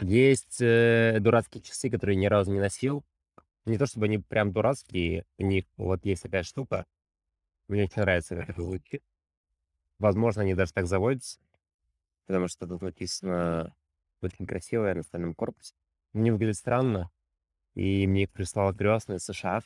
Есть дурацкие часы, которые ни разу не носил. Не то чтобы они прям дурацкие, у них вот есть такая штука. Мне очень нравится, как это звучит. Возможно, они даже так заводятся, потому что тут написано очень красивое на стальном корпусе. Мне выглядит странно, и мне их прислала крестная из США.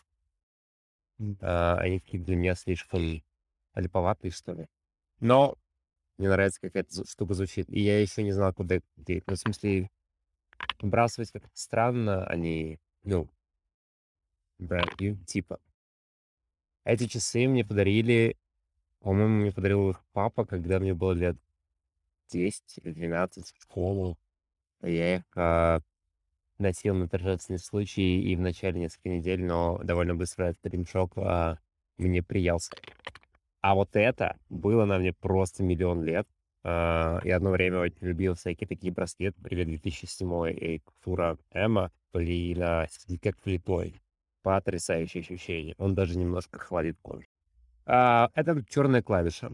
Они какие-то для меня слишком липоватые, что ли. Но мне нравится, как эта штука звучит. И я еще не знал, куда их деть. Ну, в смысле, выбрасывать как-то странно, они, ну, дорогие, типа. Эти часы мне подарили, по-моему, мне подарил их папа, когда мне было лет 10 или 12 в школу. Я их носил на торжественный случай и в начале несколько недель, но довольно быстро этот ремешок мне приелся. А вот это было на мне просто миллион лет. И одно время очень любил всякие такие браслеты. Привет, 2007 и Фура Эма. Блин, как влитой. Потрясающее ощущение. Он даже немножко холодит кожу. Это черная клавиша.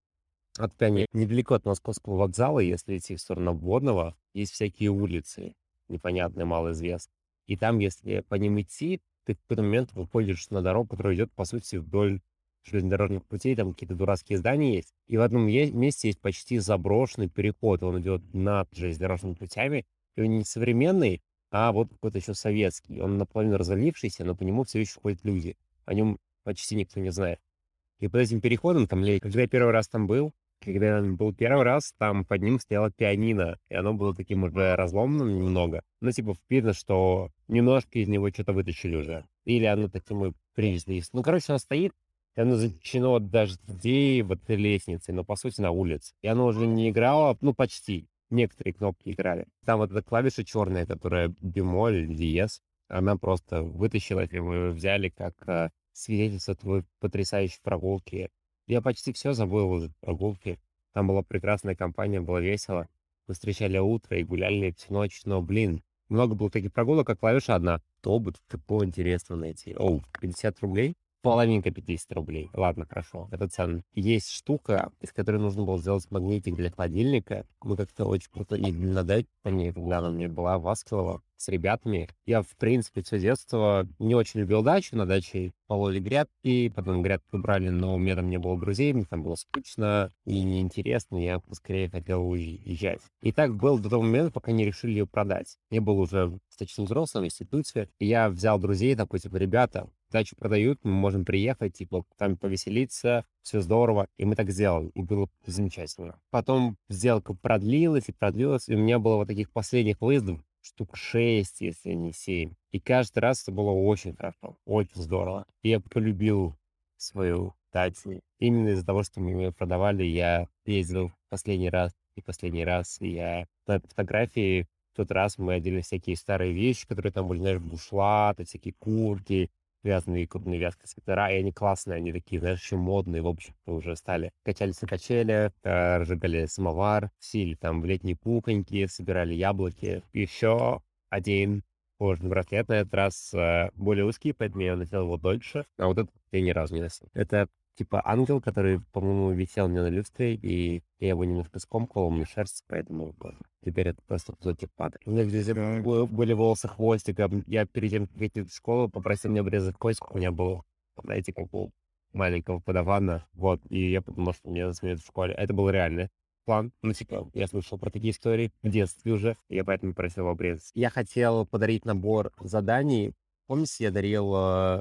От пианино. Недалеко от Московского вокзала, если идти в сторону Обводного, есть всякие улицы, непонятные, малоизвестные. И там, если по ним идти, ты в какой-то момент выходишь на дорогу, которая идет, по сути, вдоль железнодорожных путей, там какие-то дурацкие здания есть. И в одном месте есть почти заброшенный переход, он идет над железнодорожными путями, и он не современный, а вот какой-то еще советский. Он наполовину развалившийся, но по нему все еще ходят люди. О нем почти никто не знает. И под этим переходом, когда я первый раз там был, когда я был первый раз, там под ним стояло пианино, и оно было таким уже разломанным немного. Ну, типа, видно, что немножко из него что-то вытащили уже. Или оно таким и привезли. Ну, короче, оно стоит, и оно защищено от дождей вот этой лестницы, но, по сути, на улице. И оно уже не играло, ну, почти. Некоторые кнопки играли. Там вот эта клавиша черная, которая бемоль или диез, она просто вытащилась, и мы её взяли как свидетельство твоей потрясающей прогулки. Я почти все забыл из прогулки. Там была прекрасная компания, было весело. Мы встречали утро и гуляли всю ночь, но, блин, много было таких прогулок, как клавиша одна. Что бы тут такого интересного найти? Оу, 50 рублей? Половинка 50 рублей. Ладно, хорошо, это ценно. Есть штука, из которой нужно было сделать магнитик для холодильника. Мы как-то очень круто ездили на дачу, по ней, когда она мне была в Аскелово с ребятами. Я, в принципе, все детство не очень любил дачу. На даче пололи грядки, потом грядки убрали, но у меня там не было друзей, мне там было скучно и неинтересно, я поскорее хотел уезжать. И так было до того момента, пока не решили ее продать. Я был уже достаточно взрослым в институте, и я взял друзей, такой, типа, ребята, дачу продают, мы можем приехать, типа, там повеселиться, все здорово. И мы так сделали, и было замечательно. Потом сделка продлилась и продлилась, и у меня было вот таких последних выездов штук 6, если не 7. И каждый раз это было очень хорошо, очень здорово. И я полюбил свою дачу. Именно из-за того, что мы ее продавали, я ездил последний раз и последний раз. И я на этой фотографии в тот раз мы одели всякие старые вещи, которые там были, знаешь, бушлаты, всякие куртки, вязаные крупные вязкие свитера, и они классные, они такие, знаешь, еще модные, в общем-то, уже стали. Качались на качелях, разжигали самовар, сели там в летние пуканьки, собирали яблоки. Еще один кожаный браслет, на этот раз более узкий, поэтому я носил его дольше, а вот этот я ни разу не носил. Это типа ангел, который, по-моему, висел у меня на люстре, и я его немножко скомкал, у меня шерсть, поэтому теперь это просто кусочек падает. У меня здесь Так, были волосы хвостиком. Я перед тем, как идти в школу, попросил мне обрезать хвостик. У меня был, знаете, как у маленького подавана. Вот, и я подумал, что меня засмеют в школе. Это был реальный план. Ну, типа, я слышал про такие истории в детстве уже, и я поэтому просил обрезать. Я хотел подарить набор заданий. Помните, я дарил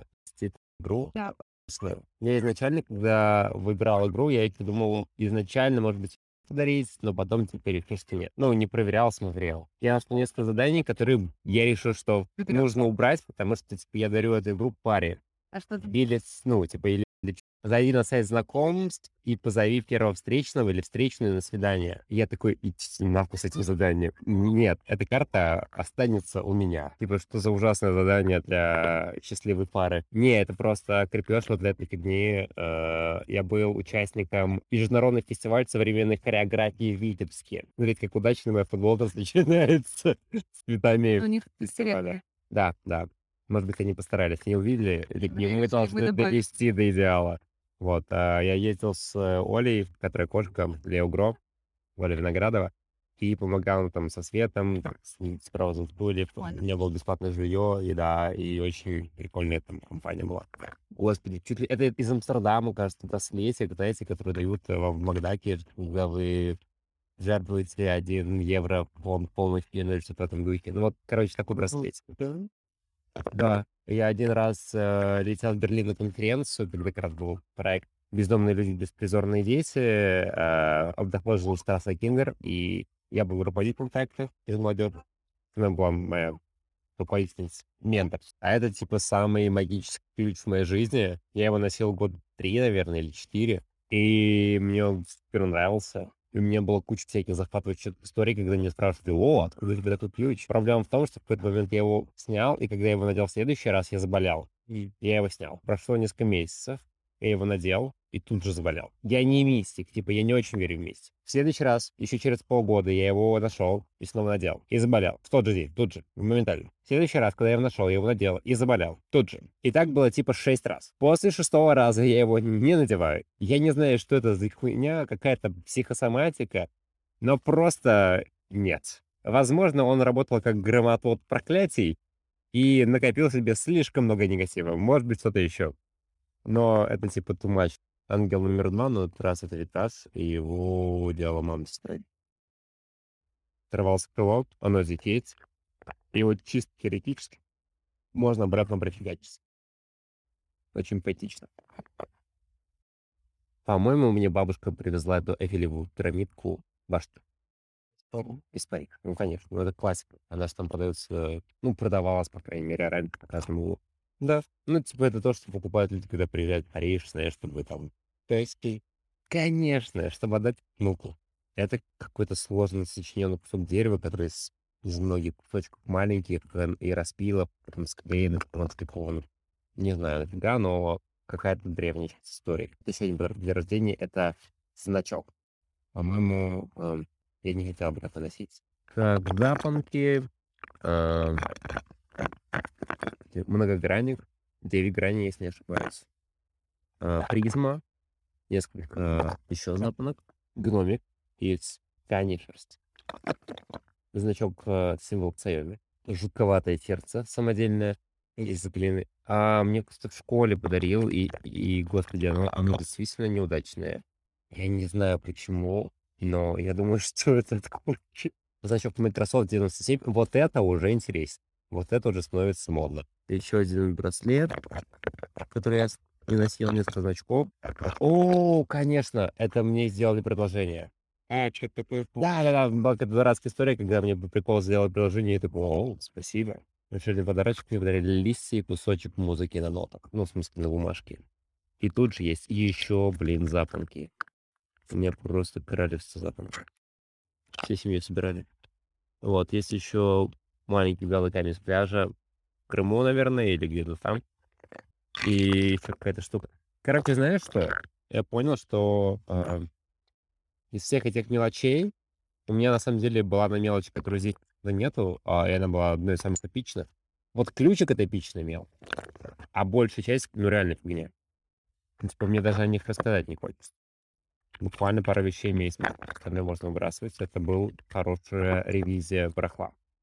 игру? да. Я изначально, когда выбирал игру, я еще думал, изначально, может быть, подарить, но потом теперь решил, что нет. Ну, не проверял, смотрел. Я нашел несколько заданий, которые я решил, что Потрясно. нужно убрать, потому что, типа, я дарю эту игру паре. А что ты Или, ну, типа, или зайди на сайт знакомств и позови первого встречного или встречную на свидание. И я такой, идите нахуй с этим заданием. Нет, эта карта останется у меня. Типа, что за ужасное задание для счастливой пары? Не, это просто крепеж вот для этой фигни. Я был участником международного фестиваля современной хореографии в Витебске. Смотрите, как удачно моя футболка начинается с цветами у них фестиваля. интересно? Да, да. Может быть, они постарались, не увидели, или мы Решили вы должны добавить. довести до идеала. Вот, я ездил с Олей, которая кошка, Лео Гро, Оля Виноградова. и помогал там со светом, там, с провозом стульев. У меня было бесплатное жилье, еда, и очень прикольная там компания была. Господи, чуть ли... Это из Амстердама, кажется, это слесик, знаете, которые дают вам в Макдаке, когда вы жертвуете 1 евро полностью или что-то в этом духе. Ну вот, короче, такой браслет. Да, я один раз летел в Берлин на конференцию, когда как раз был проект «Бездомные люди, беспризорные дети», обнаружил Стаса Кингер, и я был руководителем проекта из молодежи. Она была моя руководительница, ментор. А это, типа, самый магический ключ в моей жизни. Я его носил год 3, наверное, или 4, и мне он супер нравился. И у меня была куча всяких захватывающих историй, когда меня спрашивали: «О, откуда у тебя такой ключ?» Проблема в том, что в какой-то момент я его снял, и когда я его надел в следующий раз, я заболел. И я его снял. Прошло несколько месяцев, я его надел и тут же заболел. Я не мистик, типа, я не очень верю в мистику. В следующий раз, еще через полгода, я его нашел и снова надел. И заболел. В тот же день, тут же, моментально. В следующий раз, когда я его нашел, я его надел и заболел. Тут же. И так было типа 6 раз. После 6-го раза я его не надеваю. Я не знаю, что это за хуйня, какая-то психосоматика, но просто нет. Возможно, он работал как громоотвод проклятий и накопил себе слишком много негатива. Может быть, что-то еще. Но это типа too much. Ангел номер 2, но этот раз это Витас, и его делала мама с сестрой. Оторвался крыло, оно летит, и вот чисто теоретически можно обратно профигачить. Очень поэтично. По-моему, мне бабушка привезла эту Эйфелеву пирамидку башню. Из Парика. Ну, конечно, ну это классика. Она же там продается, ну, продавалась, по крайней мере, раньше по каждому углу. Да. Ну, типа, это то, что покупают люди, когда приезжают в Париж, знаешь, чтобы там... Тайский. Конечно, чтобы отдать внуку. Это какой-то сложно сочиненный кусок дерева, который из многих кусочков маленьких и распила, потом склеенных, потом отшлифованных. Не знаю нафига, но какая-то древняя часть истории. Еще один подарок для рождения — это значок. По-моему, я не хотел бы это носить. Так, запонки. э, Многогранник. 9 граней, если не ошибаюсь. Призма. Несколько еще запонок. Гномик из ткани шерсти. Значок, символ Xiaomi. Жутковатое сердце самодельное из глины. А мне кто-то в школе подарил, и господи, оно действительно неудачное. Я не знаю почему, но я думаю, что это такое. Значок Microsoft 97. Вот это уже интересно. Вот это уже становится модно. Еще один браслет, который я носил, несколько значков. О, конечно, это мне сделали предложение. Что-то такое. Да-да-да, была какая-то дурацкая история, когда мне по приколу сделали приложение, и такой: «О, спасибо». Решили подарочек, мне подарили листья и кусочек музыки на нотах. Ну, в смысле, на бумажке. И тут же есть еще, блин, запонки. У меня просто королевство запонок. Всей семьей собирали. Вот, есть еще маленький белый камень с пляжа в Крыму, наверное, или где-то там. И еще какая-то штука. Короче, знаешь что? Я понял, что из всех этих мелочей у меня на самом деле была одна мелочь, которой здесь нету, и она была одной из самых эпичных. Вот ключик это эпичный мел, а большая часть, ну, реально фигня. Ну, типа, мне даже о них рассказать не хочется. Буквально пара вещей месяца, остальное можно выбрасывать. Это был хорошая ревизия барахла.